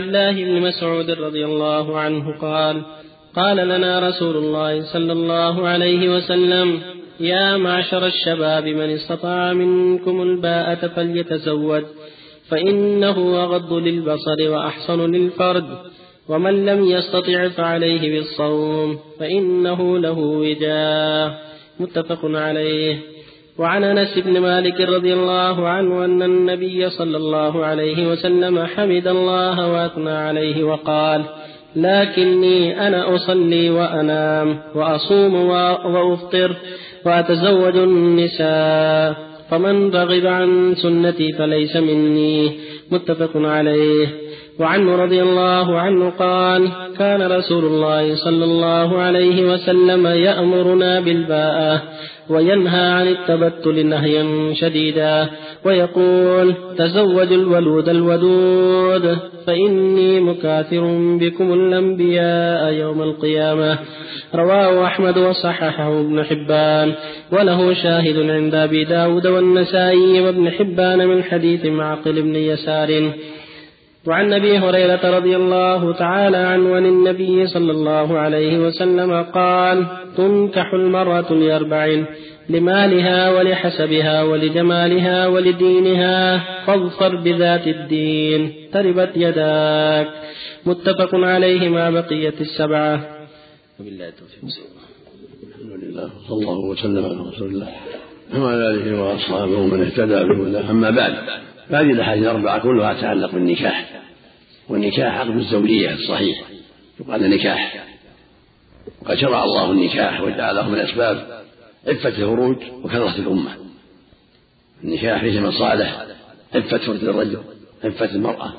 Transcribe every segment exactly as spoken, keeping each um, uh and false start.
الله بن مسعود رضي الله عنه قال قال لنا رسول الله صلى الله عليه وسلم: يا معشر الشباب من استطاع منكم الباءة فليتزوج، فإنه أغض للبصر وأحصن للفرج، ومن لم يستطع فعليه بالصوم فإنه له وجاء. متفق عليه. وعن أنس بن مالك رضي الله عنه أن النبي صلى الله عليه وسلم حمد الله وأثنى عليه وقال: لكني أنا أصلي وأنام وأصوم وأفطر وأتزوج النساء، فمن رغب عن سنتي فليس مني. متفق عليه. وعنه رضي الله عنه قال: كان رسول الله صلى الله عليه وسلم يأمرنا بالباءة وينهى عن التبتل نهيا شديدا، ويقول: تزوجوا الولود الودود فإني مكاثر بكم الأنبياء يوم القيامة. رواه أحمد وصححه ابن حبان، وله شاهد عند أبي داود والنسائي وابن حبان من حديث معقل بن يسار. وعن أبي هريرة رضي الله تعالى عنه عن النبي صلى الله عليه وسلم قال: تنكح المرأة لأربع: لمالها ولحسبها ولجمالها ولدينها، فاظفر بذات الدين تربت يداك. متفق عليه مع بقية السبعة. وبالله التوفيق. الحمد لله صلى الله وسلم على رسول الله وعلى آله وأصحابه ومن اهتدى بهداه. أما بعد، هذه الأحاديث الأربعة كلها تتعلق بالنكاح، والنكاح عقد الزوجية الصحيح يقال نكاح، وقد شرع الله النكاح وجعله من أسباب عفة الفروج وكثرة الأمة. النكاح فيه مصالح: عفة فرج الرجل، عفة المرأة،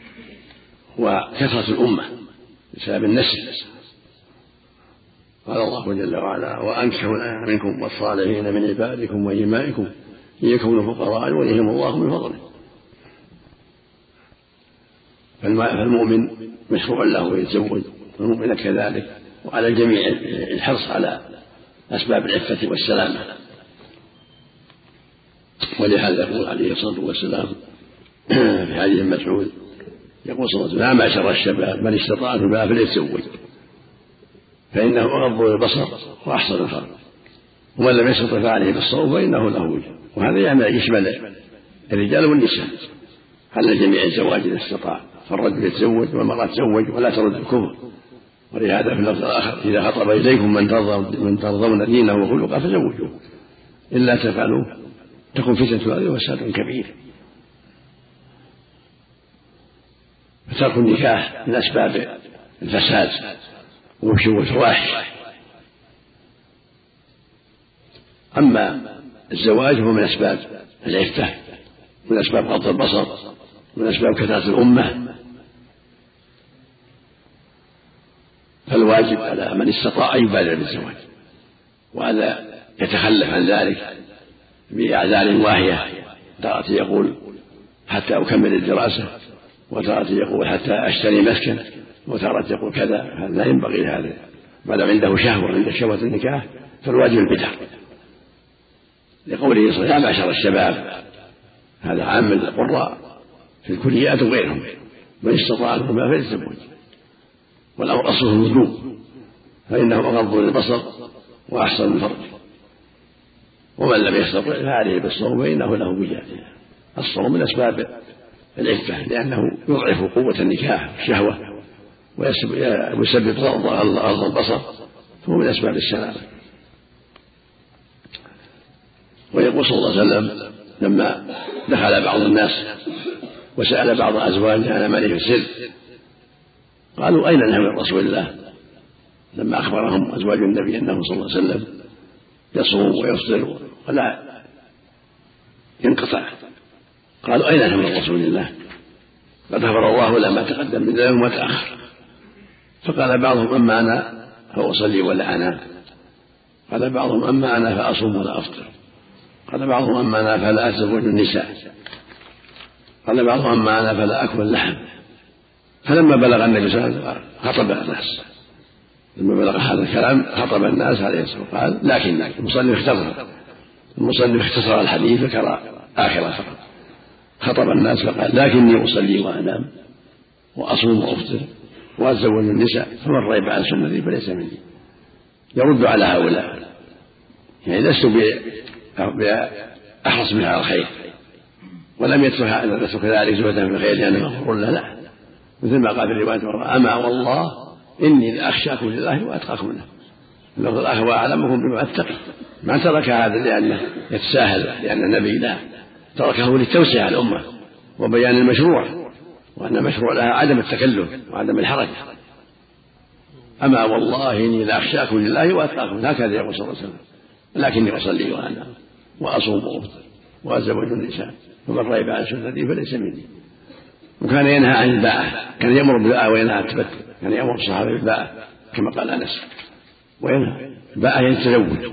وكثرة الأمة بسبب النسل. قال الله جل وعلا: وأنكحوا الأيام منكم والصالحين من عبادكم وإمائكم إن يكونوا فقراء يغنيهم الله من فضله. فالمؤمن مشروع له يتزوج، والمؤمنة كذلك، وعلى الجميع الحرص على أسباب العفة والسلامة. ولهذا يقول عليه الصلاة والسلام في حديث مسعود، يقول صلى الله عليه وسلم: يا معشر الشباب من استطاع الباءة فليتزوج، فإنه أغض للبصر وأحصن الفرج، ومن لم يستطع فعليه بالصوم فإنه له وجه. وهذا يشمل الرجال والنساء، على الجميع الزواج إذا استطاع، فالرجل يتزوج والمرأة تزوج ولا ترد الكفر. ولهذا في اللفظ الآخر: إذا خطب إليكم من ترضون دينه وخلقه فزوجوه، إلا تفعلوا تكن فتنة في الأرض وفساد كبير. فترك النكاح من أسباب الفساد وشو الفواحش. أما الزواج هو من أسباب العفة، من أسباب غض البصر، من أسباب كثرة الأمة. فالواجب على من استطاع أن يبادر بالزواج، وهذا يتخلف عن ذلك بأعذار واهية. تارة يقول حتى أكمل الدراسة، وتارة يقول حتى أشتري مسكن، وتارة يقول كذا. هذا لا ينبغي هذا، ما دام عنده شهوة، عند شهوة النكاح فالواجب البدع، لقوله صلى الله عليه وسلم: يا معشر الشباب. هذا عام القراء في الكليات وغيرهم، من استطاع الباءة فليتزوج، والأمر أصله الوجوب، فإنه أغض للبصر وأحصن الفرج، ومن لم يستطع فعليه بالصوم فإنه له وجاء. الصوم من أسباب العفة، لأنه يضعف قوة النكاح والشهوة ويسبب غض البصر، فهو من أسباب السلامة. ويقول صلى الله عليه وسلم لما دخل بعض الناس وسأل بعض أزواجه عن ماله في السر، قالوا: أين نحن من رسول الله؟ لما أخبرهم أزواج النبي أنه صلى الله عليه وسلم يصوم ويفطر ولا ينقطع، قالوا: أين نحن من رسول الله؟ قد غفر الله له ما تقدم من ذنبه وما تأخر. فقال بعضهم: أما أنا فأصلي ولا أنام. قال بعضهم: أما أنا فأصوم ولا أفطر. قال بعضهم: أما أنا فلا أتزوج النساء. قال بعضهم: أما أنا فلا أكل اللحم. فلما بلغ النبي صلى الله عليه وسلم خطب الناس، لما بلغ هذا الكلام خطب الناس عليه الصلاة والسلام، قال: لكن المصنف اختصر المصنف اختصر الحديث ذكر آخره فقط. خطب الناس فقال: لكني أصلي وأنام وأصوم وأفطر وأتزوج النساء، فمن رغب عن سنتي فليس مني. يرد على هؤلاء، يعني لست بأحرص منها على الخير، ولم يترك ذلك زهدا في الخير لأنه مغفور له، لا، مثل ما قال في الرواية: أما والله إني لأخشاكم لله وأتقاكم له. اللفظ الآخر: وأعلمكم بما أتقي. ما ترك هذا لأنه يتساهل لأن النبي، لا، تركه للتوسعة الأمة وبيان المشروع، وأن المشروع لها عدم التكلف وعدم الحرج. أما والله إني لأخشاكم لله وأتقاكم، هكذا يقول صلى الله عليه وسلم. لكني أصلي وأنام وأصوم وأفطر وأتزوج النساء، فمن رغب عن سنتي فليس مني. وكان ينهى عن الباءة، كان يأمر بالباءة وينهى عن التبتل، كان يأمر الصحابة بالباءة كما قال أنس، وينهى الباءة يعني التزوج،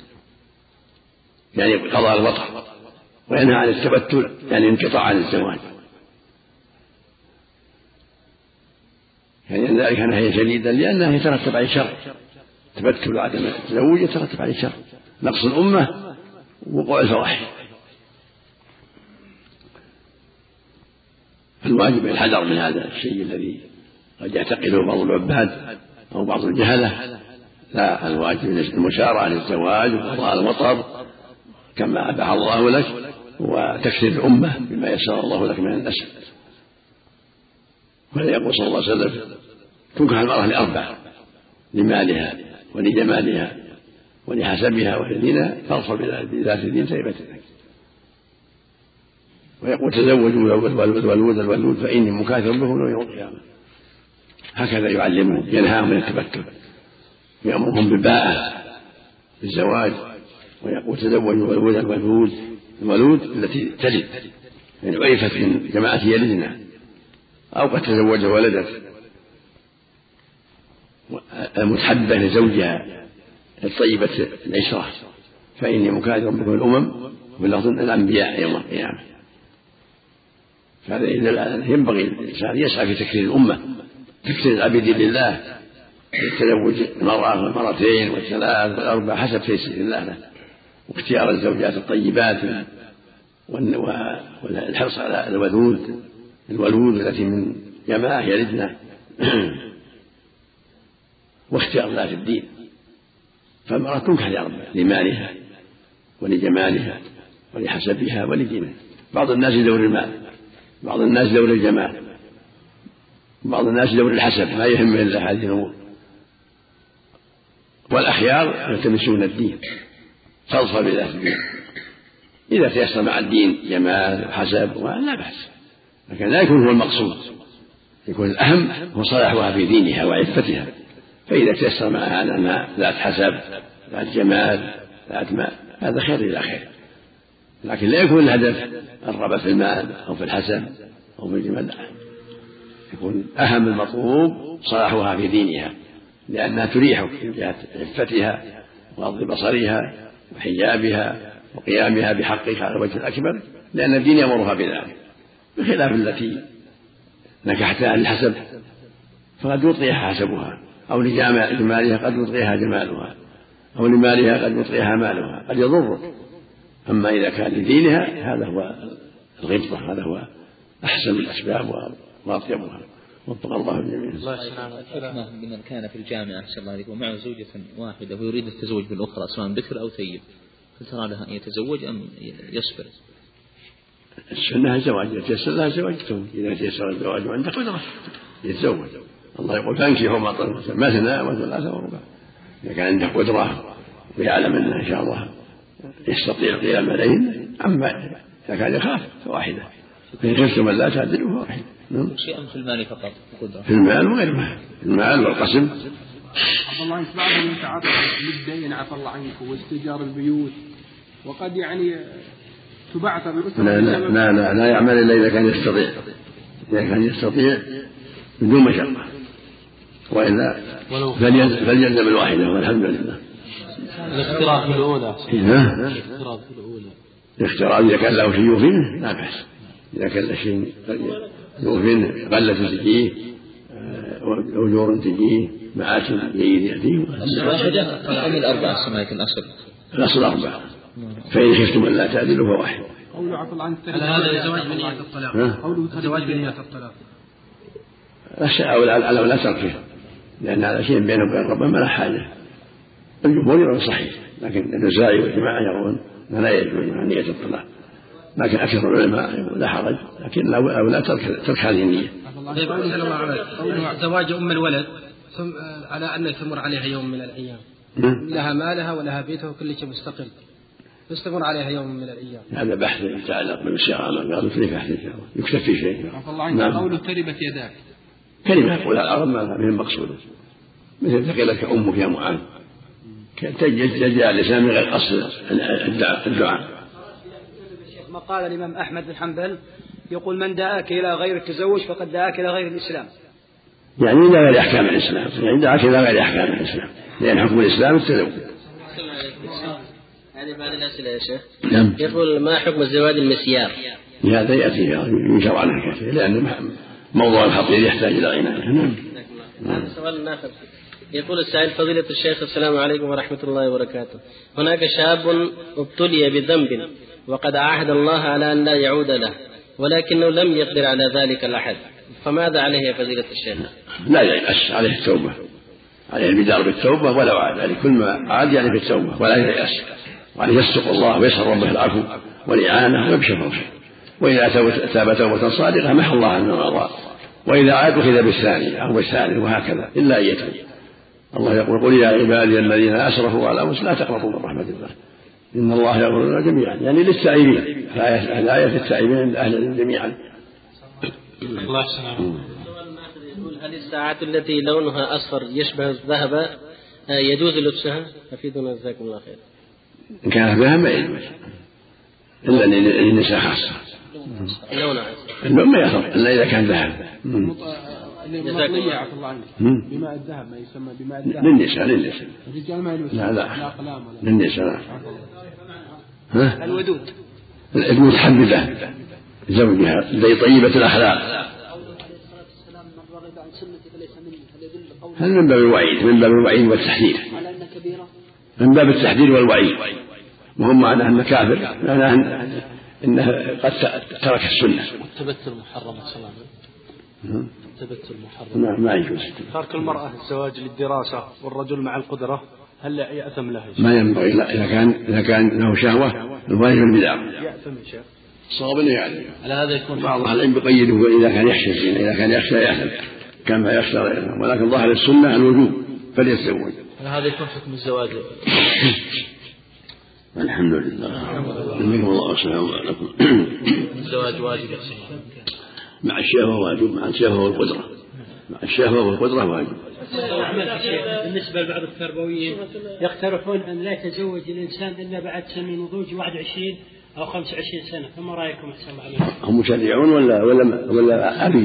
يعني قضاء الوطر، وينهى عن التبتل يعني انقطاع عن الزواج. يعني ذلك نهيا شديدا لأنه يترتب عليه شر، تبتل وعدم التزوج يترتب عليه شر، نقص الأمة ووقوع الفواحش. فالواجب الحذر من هذا الشيء الذي قد يعتقده بعض العباد أو بعض الجهلة. لا، الواجب المسارعة للزواج وقضاء الوطر كما أباح الله لك، وتكثير الأمة بما يسر الله لك من النسل. وليقول صلى الله عليه وسلم: تنكح المرأة لأربع: لمالها ولجمالها ولحسبها ولدينها، فاظفر بذات الدين تربت يداك. ويقول: تزوجوا الولود والولود الولود فإني مكاثر بهم يوم القيامة. هكذا يعلمهم، ينهاهم من التبتل، يأمرهم بالباءة في الزواج. ويقول: تزوجوا الولود الولود الولود التي تلد، يعني عرفت من جماعة يلدنا، أو قد تزوج ولدت المتحبة لزوجها الطيبة العشرة، فإني مكاثر بكم الأمم وباللفظ الأنبياء يوم القيامة. فهذا يدل على أنه ينبغي الإنسان يسعى في تكثير الأمة، تكثير العبيد لله، التزوج المرأة مرتين والثلاث والأربع حسب تيسير الله له، واختيار الزوجات الطيبات، والحرص على الولود الولود التي من جماعة يلدنا، واختيار ذات الدين. فالمرأة تنكح لأربع: لمالها ولجمالها ولحسبها ولدينها. بعض الناس يدور المال، بعض الناس يدور الجمال، بعض الناس يدور الحسب، ما يهم إلا هذه الأمور. والأخيار يلتمسون الدين، فاظفر بذات الدين. إذا تيسر مع الدين جمال وحسب لا بأس، لكن لا يكون هو المقصود، يكون الأهم هو صلاحها في دينها وعفتها. فإذا تيسر معها أنها ذات حسب ذات جمال ذات مال، هذا خير إلى خير، لكن لا يكون الهدف الرغبة في المال أو في الحسب أو في الجمال، يكون أهم المطلوب صلاحها في دينها، لأنها تريحك في جهة عفتها وغض بصرها وحجابها وقيامها بحقك على الوجه الأكبر، لأن الدين يأمرها بذلك، بخلاف التي نكحتها للحسب فقد يطغيها حسبها، أو لجمالها قد يطغيها جمالها، أو لمالها قد يطغيها مالها، قد يضرك. أما إذا كان لدينها هذا هو الغبطة، هذا هو أحسن الأسباب وأطيبها. وفق الله الجميع. حكمه بمن كان في الجامعة أحسن الله عليكم ومعه زوجة واحدة ويريد التزوج بالأخرى سواء بكر أو ثيب، هل ترى له أن يتزوج أم يصبر؟ السنة الزواج، يتيسر لها الزواج تزوج، إذا تيسر الزواج وعنده قدرة يتزوج. الله يقول: فانكحوا ما طاب لكم مثنى وثلاث ورباع. إذا كان عنده قدرة ويعلم أنه إن شاء الله يستطيع قيام الليل، أما إذا كان يخاف فواحدة، فإن خفتم ألا تعدلوا فواحدة. شيئا في المال فقط، في المال وغير مال، المال والقسم. عفى الله عنك، بعضهم يتعاطى بالدين عفى الله عنك واستئجار البيوت، وقد يعني تبعثر الأسرة. لا لا, لا لا لا يعمل إلا إذا كان يستطيع، إذا كان يستطيع بدون مشقة، وإلا فليلزم الواحدة والحمد لله. الاختراق في الأولى. الاختراق في الأولى. الاختراق إذا كان له شيء يوفيه لا بأس، إذا كان له شيء يوفيه غلة تجيه، أجور تجيه، معاش جيد يأتيه. الواحدة أم الأربعة سماك الأصل؟ الأصل أربعة، فإن خفتم ألا تعدلوا فواحد. قوله عفى الله عن التهديد. هذا الزواج بنية الطلاق. قوله الزواج بنية الطلاق. أولى لا تركه، لأن هذا شيء بينه وبين ربه ما له حاجة. الجمهور يرون صحيح، لكن النسائي والجماعة يرون لا يجوز نية الطلاق، لكن أكثر العلماء يقول لا حرج، لكن أولى ترك ترك هذه النية. زواج أم الولد ثم على أن تمر عليها يوم من الأيام، لها مالها ولها بيتها وكل شيء مستقل، تستمر عليها يوم من الأيام. هذا بحث يتعلق بالشغالة، قالوا في بحث يكتب في شيء. نعم. قوله تربت يداك كلمة يقولها العرب ما فيها المقصود، مثل ثقلك أمك يا معاذ، تجد اللسان من غير قصد الدعاء. ما قال الإمام أحمد بن حنبل يقول من دعاك إلى غير التزوج فقد دعاك إلى غير الإسلام، يعني إلى غير أحكام الإسلام، يعني دعاك إلى غير أحكام الإسلام، لأن حكم الإسلام التزوج. هذه بعض الأسئلة يا شيخ. نعم. يقول ما حكم الزواج المسيار؟ هذا يأتي ينشر عنه كثير، لأنه موضوع خطير يحتاج إلى عناية. نعم. هذا سؤال آخر. يقول السائل فضيلة الشيخ السلام عليكم ورحمة الله وبركاته، هناك شاب ابتلي بذنب وقد عاهد الله على أن لا يعود له، ولكنه لم يقدر على ذلك الأحد، فماذا عليه يا فضيلة الشيخ؟ لا ييأس، عليه التوبة، عليه البدار بالتوبة ولو عاد، يعني كل ما عاد يعني بالتوبة ولا ييأس، وعليه يصدق الله ويسأل ربه العفو والإعانة ويبشر فرشه، وإذا تاب توبة صادقة محى الله عنه وأرضاه، وإذا عاد أخذ بالثاني أو بالثالث وهكذا إلا أن يتوب. الله يقول قل يا عبادي الذين أسرفوا على أنفسهم لا تقنطوا من رحمة الله إن الله يغفر لنا جميعا، يعني للتائبين، الآية للتائبين عند أهل جميعا. الله يسلمك. هل الساعة التي لونها أصفر يشبه الذهب يجوز لبسها؟ أفيدنا جزاكم الله خير. إن كان ذهب ما يجوز إلا للنساء خاصة، لونها اللون ما يخرج إلا إذا كان ذهب. مطلية عفى الله عنك بماء الذهب، ما يسمى بماء الذهب للنساء. للنساء الرجال ما يلبسون. لا لا قلام ولا للنساء. ها الودود المتحدثة زوجها زي طيبة الأخلاق، هل من باب الوعيد من باب الوعيد والتحذير، من باب التحذير والوعيد، وهم معناه أنه كافر، معناه أنه قد ترك السنة. والتبتل محرم صلى الله عليه وسلم. التبتل محرم. نعم ما يجوز. ترك المرأة الزواج للدراسة والرجل مع القدرة هل يأثم له؟ ما ينبغي، لا إذا كان إذا كان له شهوة الواجب البدع. يأثم يا شيخ. صواب يعني. على هذا يكون بعض أهل العلم يقيده إذا كان يخشى الزنا، إذا كان يخشى يأثم كما يخشى غيره، ولكن ظاهر السنة الوجوب فليتزوج. هذا يكون حكم الزواج. الحمد لله. منكم الله سبحانه لكم. الزواج واجب مع الشهوة واجب، مع الشهوة والقدرة، مع الشهوة والقدرة واجب. بالنسبة لبعض التربويين يقترحون أن لا يتزوج الإنسان إلا بعد سن النضوج واحد وعشرين أو خمسة وعشرين سنة، فما رأيكم أحسن عليهم؟ هم مشرعون ولا ولا ولا عبيد؟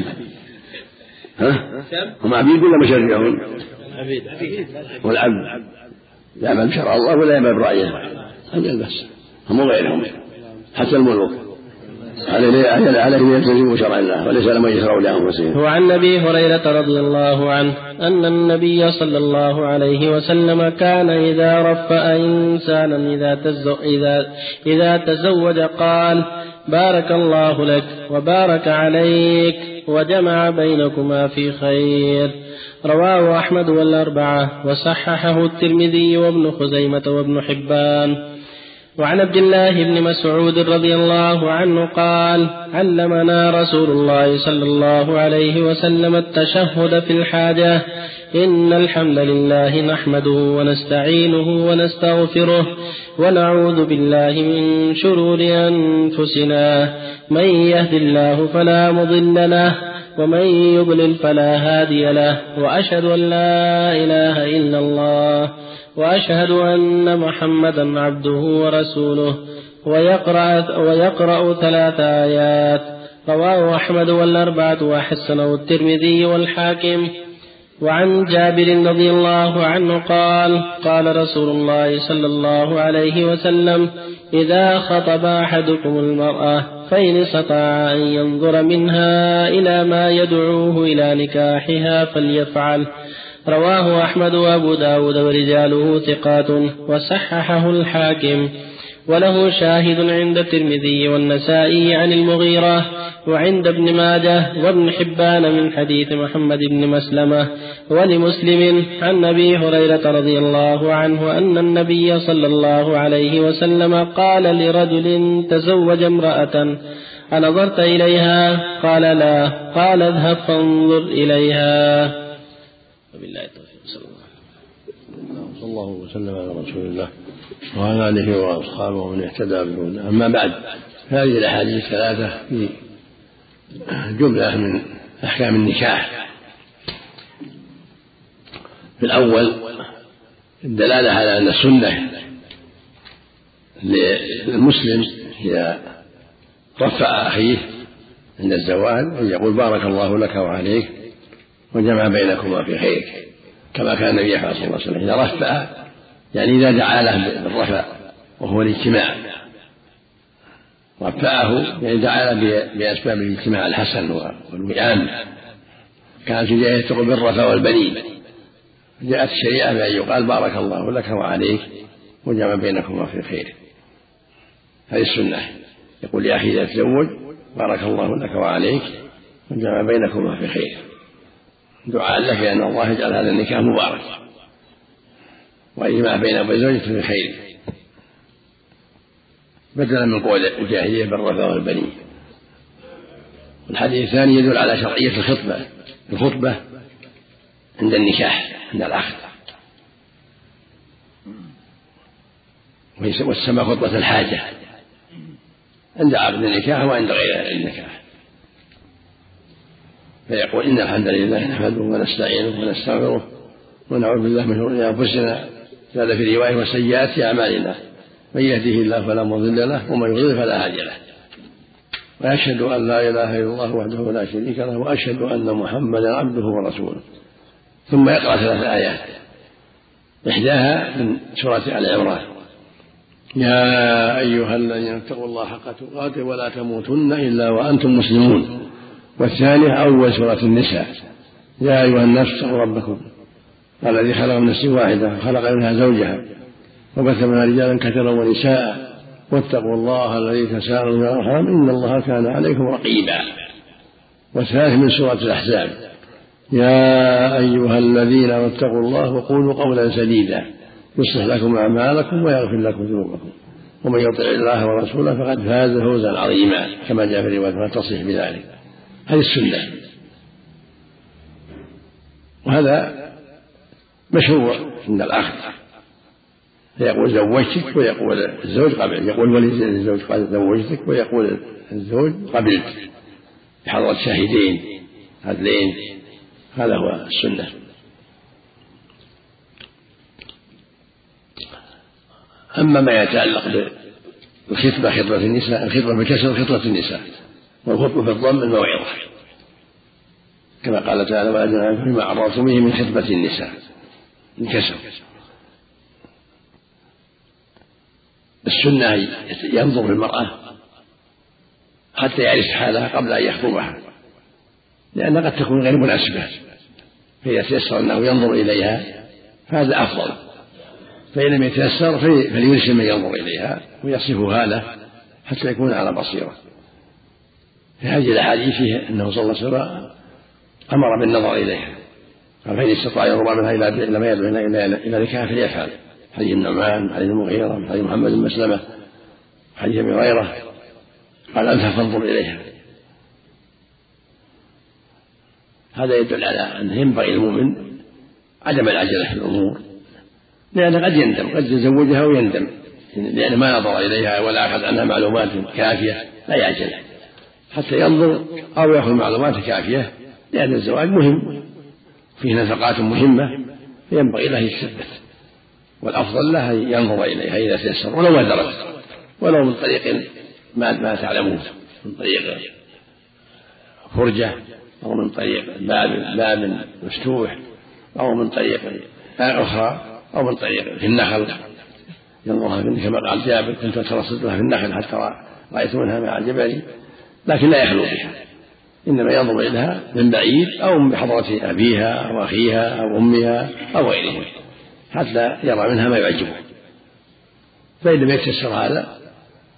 ها؟ هم عبيد ولا مشرعون؟ عبيد. والعبد يعمل بشرع الله ولا يعمل برأيه، هذا بس، هم غيرهم حتى الملوك عليه عليه يلتزم شرع الله وليس لما يشرع لأنفسهم. وعن أبي هريرة رضي الله عنه أن النبي صلى الله عليه وسلم كان إذا رفأ إنسانا إذا تزوج, إذا, إذا تزوج قال بارك الله لك وبارك عليك وجمع بينكما في خير. رواه أحمد والأربعة وصححه الترمذي وابن خزيمة وابن حبان. وعن عبد الله بن مسعود رضي الله عنه قال علمنا رسول الله صلى الله عليه وسلم التشهد في الحاجة إن الحمد لله نحمده ونستعينه ونستغفره ونعوذ بالله من شرور أنفسنا من يهد الله فلا مضل له ومن يضلل فلا هادي له وأشهد أن لا إله إلا الله وأشهد أن محمدا عبده ورسوله ويقرأ, ويقرأ ثلاث آيات. رواه أحمد والأربعة وحسنه الترمذي والحاكم. وعن جابر رضي الله عنه قال قال رسول الله صلى الله عليه وسلم إذا خطب أحدكم المرأة فإن استطاع أن ينظر منها إلى ما يدعوه إلى نكاحها فليفعل. رواه أحمد وأبو داود ورجاله ثقات وصححه الحاكم. وله شاهد عند الترمذي والنسائي عن المغيرة وعند ابن ماجه وابن حبان من حديث محمد بن مسلمة. ولمسلم عن أبي هريرة رضي الله عنه أن النبي صلى الله عليه وسلم قال لرجل تزوج امرأة أنظرت إليها؟ قال لا. قال اذهب فانظر إليها. وبالله التوفيق. صلى الله وسلم على رسول الله وعلى آله وأصحابه ومن اهتدى بهداه. أما بعد، هذه الأحاديث الثلاثة في جملة من أحكام النكاح. في الأول الدلالة على أن السنة للمسلم إذا رفع أخيه عند الزواج أن يقول بارك الله لك وعليك وجمع بينكما في خير، كما كان النبي صلى الله عليه وسلم إذا رفع، يعني إذا دعا له بالرفع وهو الاجتماع، رفعه يعني دعا له بأسباب الاجتماع الحسن والوئام. كانت الجاهلية تقول بالرفع والبنين، جاءت الشريعة بأن يقال بارك الله لك وعليك وجمع بينكما في خير. هذه السنة، يقول لأخي إذا تزوج بارك الله لك وعليك وجمع بينكما في خير، دعاء لك أن الله يجعل هذا النكاح مبارك ويجمع بينك وزوجك في خير، بدلا من قول الجاهلية بالرفع والبنين. والحديث الثاني يدل على شرعية الخطبة الخطبة عند النكاح، عند العقد، وتسمى خطبة الحاجة عند عقد النكاح وعند غير النكاح. فيقول إن الحمد لله نحمده ونستعينه ونستغفره ونعوذ بالله من شرور أنفسنا، زاد في رواية وسيئات أعمالنا، من يهده الله فلا مضل له ومن يضلل فلا هادي له، وأشهد أن لا إله إلا الله وحده لا شريك له وأشهد أن محمدا عبده ورسوله. ثم يقرأ ثلاث آيات، إحداها من سورة آل عمران: يا أيها الذين اتقوا الله حق تقاته ولا تموتن إلا وأنتم مسلمون. والثانية أول سورة النساء: يا أيها الناس اتقوا ربكم الذي خلق من نفس واحدة خلق منها زوجها وبث منها رجالا كثيرا ونساء واتقوا الله الذي تساءلون به والأرحام إن الله كان عليكم رقيبا. والثالث من سورة الأحزاب: يا أيها الذين اتقوا الله وقولوا قولا سديدا يصلح لكم أعمالكم ويغفر لكم ذنوبكم ومن يطع الله ورسوله فقد فاز فوزا عظيما، كما جاء في رواية ما تصح بذلك. هذه السنة، وهذا مشروع عند العقد، فيقول زوجتك ويقول الزوج قبل، يقول ولي الزوج قال زوجتك ويقول الزوج قبلت بحضرة شاهدين عدلين. هذا هو السنة. أما ما يتعلق بالخطبة خطبة النساء، الخطبة بكسر خطبة النساء، والخطبة في الضم الموعظة، كما قال تعالى: وأذن فيما عرضتم به من خطبة النساء، الكسر. السنة ينظر في المرأة حتى يعرف حالها قبل أن يخطبها، لأنها قد تكون غير مناسبة، فإذا تيسر أنه ينظر إليها فهذا أفضل، فإن لم يتيسر فليرسل من ينظر إليها ويصفها له حتى يكون على بصيرة. في هذه الأحاديث فيه أنه صلى الله عليه وسلم أمر بالنظر إليها، قال: فإن استطاع ينظر منها إلى ما يدعو إلى نكاح فليفعل. حديث النعمان، حديث المغيرة، حديث محمد بن مسلمة، حديث أبي هريرة، قال: اذهب فانظر إليها. هذا يدل على أن ينبغي المؤمن عدم العجلة في الأمور، لأنه قد يندم، قد يتزوجها ويندم لأنه ما نظر إليها ولا أخذ عنها معلومات كافية. لا يعجل حتى ينظر أو يأخذ معلومات كافية، لأن الزواج مهم فيه نفقات مهمة، فينبغي له يتثبت، والأفضل له ينظر إليها إذا تيسر، ولو ما درس، ولو من طريق ما, ما تعلمون، من طريق فرجة أو من طريق باب باب مفتوح أو من طريق أخرى أو من طريق في النخل ينظرها كما قال جابر: كنت أترصدها في النخل حتى رأيت منها ما أعجبني، لكن لا يخلو بها، إنما ينظر إليها من بعيد أو من بحضرة أبيها أو أخيها أو أمها أو غيرهم حتى يرى منها ما يعجبه. فإن لم يتيسر هذا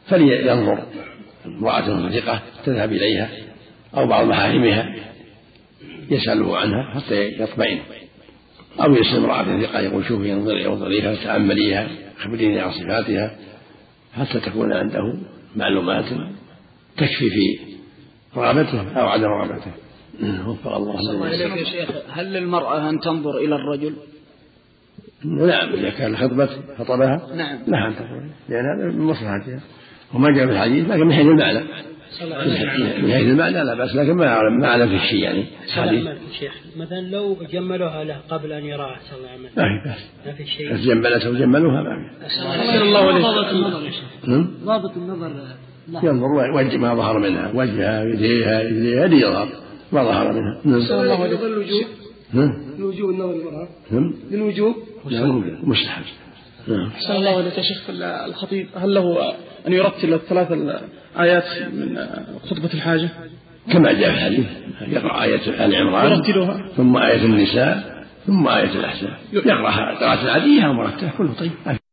فلينظر امرأة ثقة تذهب إليها أو بعض محارمها يسأله عنها حتى يطمئن، أو يسأل امرأة ثقة يقول شوفي انظري انظريها تأمليها خبريني عن صفاتها حتى تكون عنده معلومات تكفي في رغبته أو عدم رغبته. وفق الله. الله إليك يا شيخ، هل للمرأة أن تنظر إلى الرجل؟ نعم إذا كان خطبت خطبها نعم نعم تنظر، لأن هذا من مصلحتها وما جاء في الحديث، لكن من حيث المعنى من حيث المعنى لا بأس، لكن ما ما علم في الشيء يعني حديث. شيخ مثلا لو جملوها له قبل أن يراها صلى الله عليه وسلم ما في بأس، ما في شيء. بس جملته وجملوها ما في. أحسن الله عليك. ضابط النظر يا شيخ. ضابط النظر ينظر وجه ما ظهر منها، وجهها يديها يديها هذه يظهر ما ظهر منها. أحسن الله عليك. الوجوب الوجوب النظر المرأة للوجوب مستحب. أحسن الله عليك يا شيخ. الخطيب هل له أن يرتل الثلاث الآيات من خطبة الحاجة كما جاء في الحديث؟ يقرأ آية آل عمران يرتلها ثم آية النساء ثم آية الأحزاب، يقرأها قراءة عادية أو مرتبة كله طيب.